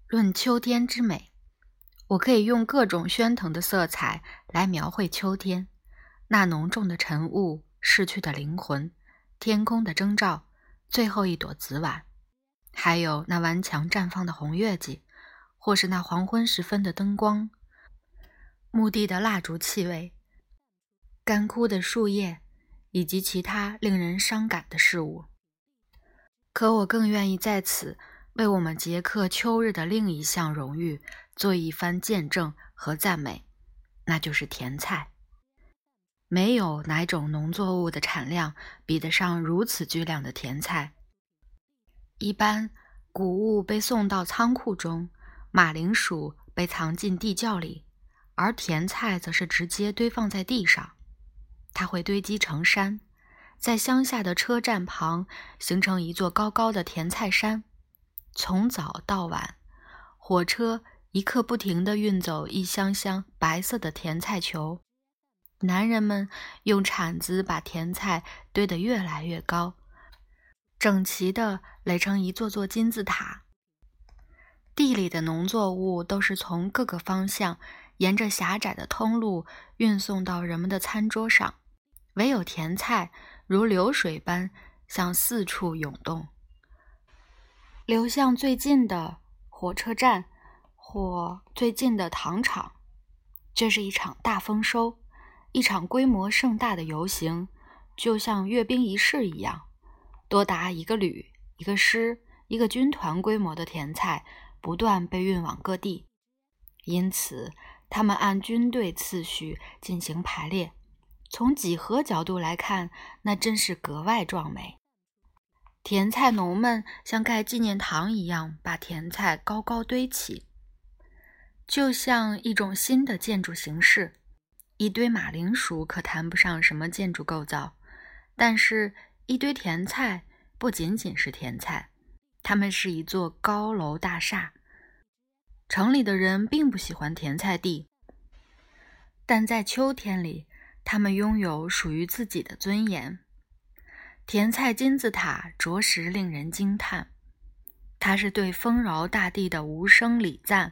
论秋天之美，我可以用各种喧腾的色彩来描绘秋天，那浓重的晨雾，逝去的灵魂，天空的征兆，最后一朵紫菀，还有那顽强绽放的红月季，或是那黄昏时分的灯光，墓地的蜡烛气味，干枯的树叶，以及其他令人伤感的事物。可我更愿意在此为我们捷克秋日的另一项荣誉做一番见证和赞美，那就是甜菜。没有哪种农作物的产量比得上如此巨量的甜菜。一般谷物被送到仓库中，马铃薯被藏进地窖里，而甜菜则是直接堆放在地上。它会堆积成山，在乡下的车站旁形成一座高高的甜菜山。从早到晚，火车一刻不停地运走一箱箱白色的甜菜球。男人们用铲子把甜菜堆得越来越高，整齐地垒成一座座金字塔。地里的农作物都是从各个方向沿着狭窄的通路运送到人们的餐桌上，唯有甜菜如流水般向四处涌动，流向最近的火车站或最近的糖厂。这是一场大丰收，一场规模盛大的游行，就像阅兵仪式一样，多达一个旅、一个师、一个军团规模的甜菜不断被运往各地。因此他们按军队次序进行排列，从几何角度来看，那真是格外壮美。甜菜农们像盖纪念堂一样把甜菜高高堆起，就像一种新的建筑形式。一堆马铃薯可谈不上什么建筑构造，但是一堆甜菜不仅仅是甜菜，它们是一座高楼大厦。城里的人并不喜欢甜菜地，但在秋天里，他们拥有属于自己的尊严。甜菜金字塔着实令人惊叹，它是对丰饶大地的无声礼赞。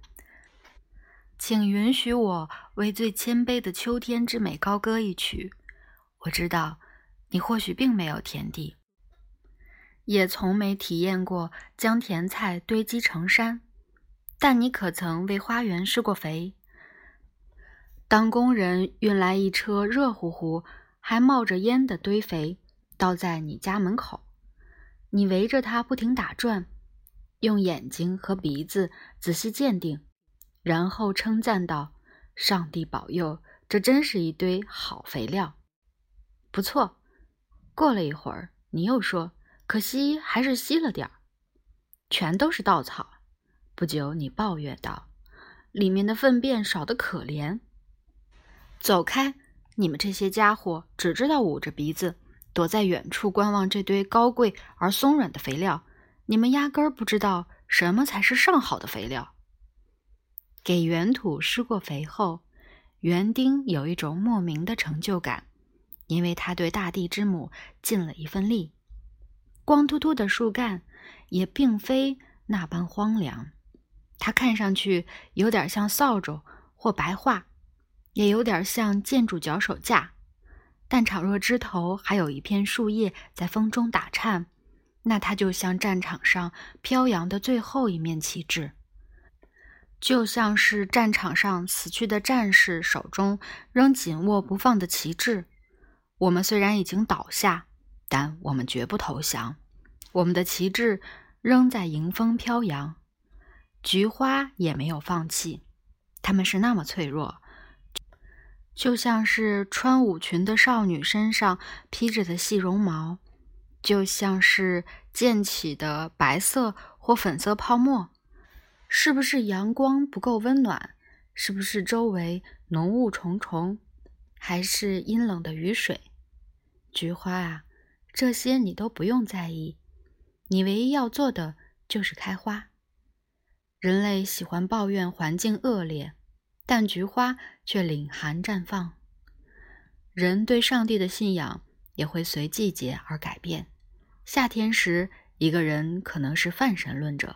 请允许我为最谦卑的秋天之美高歌一曲。我知道你或许并没有田地，也从没体验过将甜菜堆积成山，但你可曾为花园施过肥？当工人运来一车热乎乎还冒着烟的堆肥倒在你家门口，你围着它不停打转，用眼睛和鼻子仔细鉴定，然后称赞道：上帝保佑，这真是一堆好肥料。不错。过了一会儿，你又说：可惜还是稀了点儿，全都是稻草。不久你抱怨道：里面的粪便少得可怜。走开，你们这些家伙只知道捂着鼻子躲在远处观望这堆高贵而松软的肥料，你们压根儿不知道什么才是上好的肥料。给原土施过肥后，园丁有一种莫名的成就感，因为他对大地之母尽了一份力。光秃秃的树干也并非那般荒凉，它看上去有点像扫帚或白桦，也有点像建筑脚手架，但倘若枝头还有一片树叶在风中打颤，那它就像战场上飘扬的最后一面旗帜，就像是战场上死去的战士手中仍紧握不放的旗帜。我们虽然已经倒下，但我们绝不投降，我们的旗帜仍在迎风飘扬。菊花也没有放弃，它们是那么脆弱，就像是穿舞裙的少女身上披着的细绒毛，就像是溅起的白色或粉色泡沫。是不是阳光不够温暖？是不是周围浓雾重重？还是阴冷的雨水？菊花啊，这些你都不用在意，你唯一要做的就是开花。人类喜欢抱怨环境恶劣，但菊花却凛寒绽放。人对上帝的信仰也会随季节而改变。夏天时，一个人可能是泛神论者，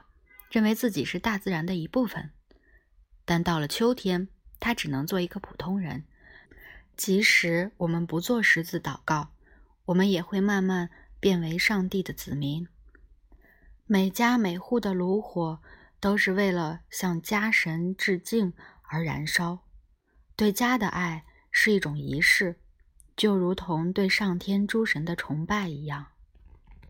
认为自己是大自然的一部分。但到了秋天，他只能做一个普通人。即使我们不做识字祷告，我们也会慢慢变为上帝的子民。每家每户的炉火都是为了向家神致敬而燃烧。对家的爱是一种仪式，就如同对上天诸神的崇拜一样。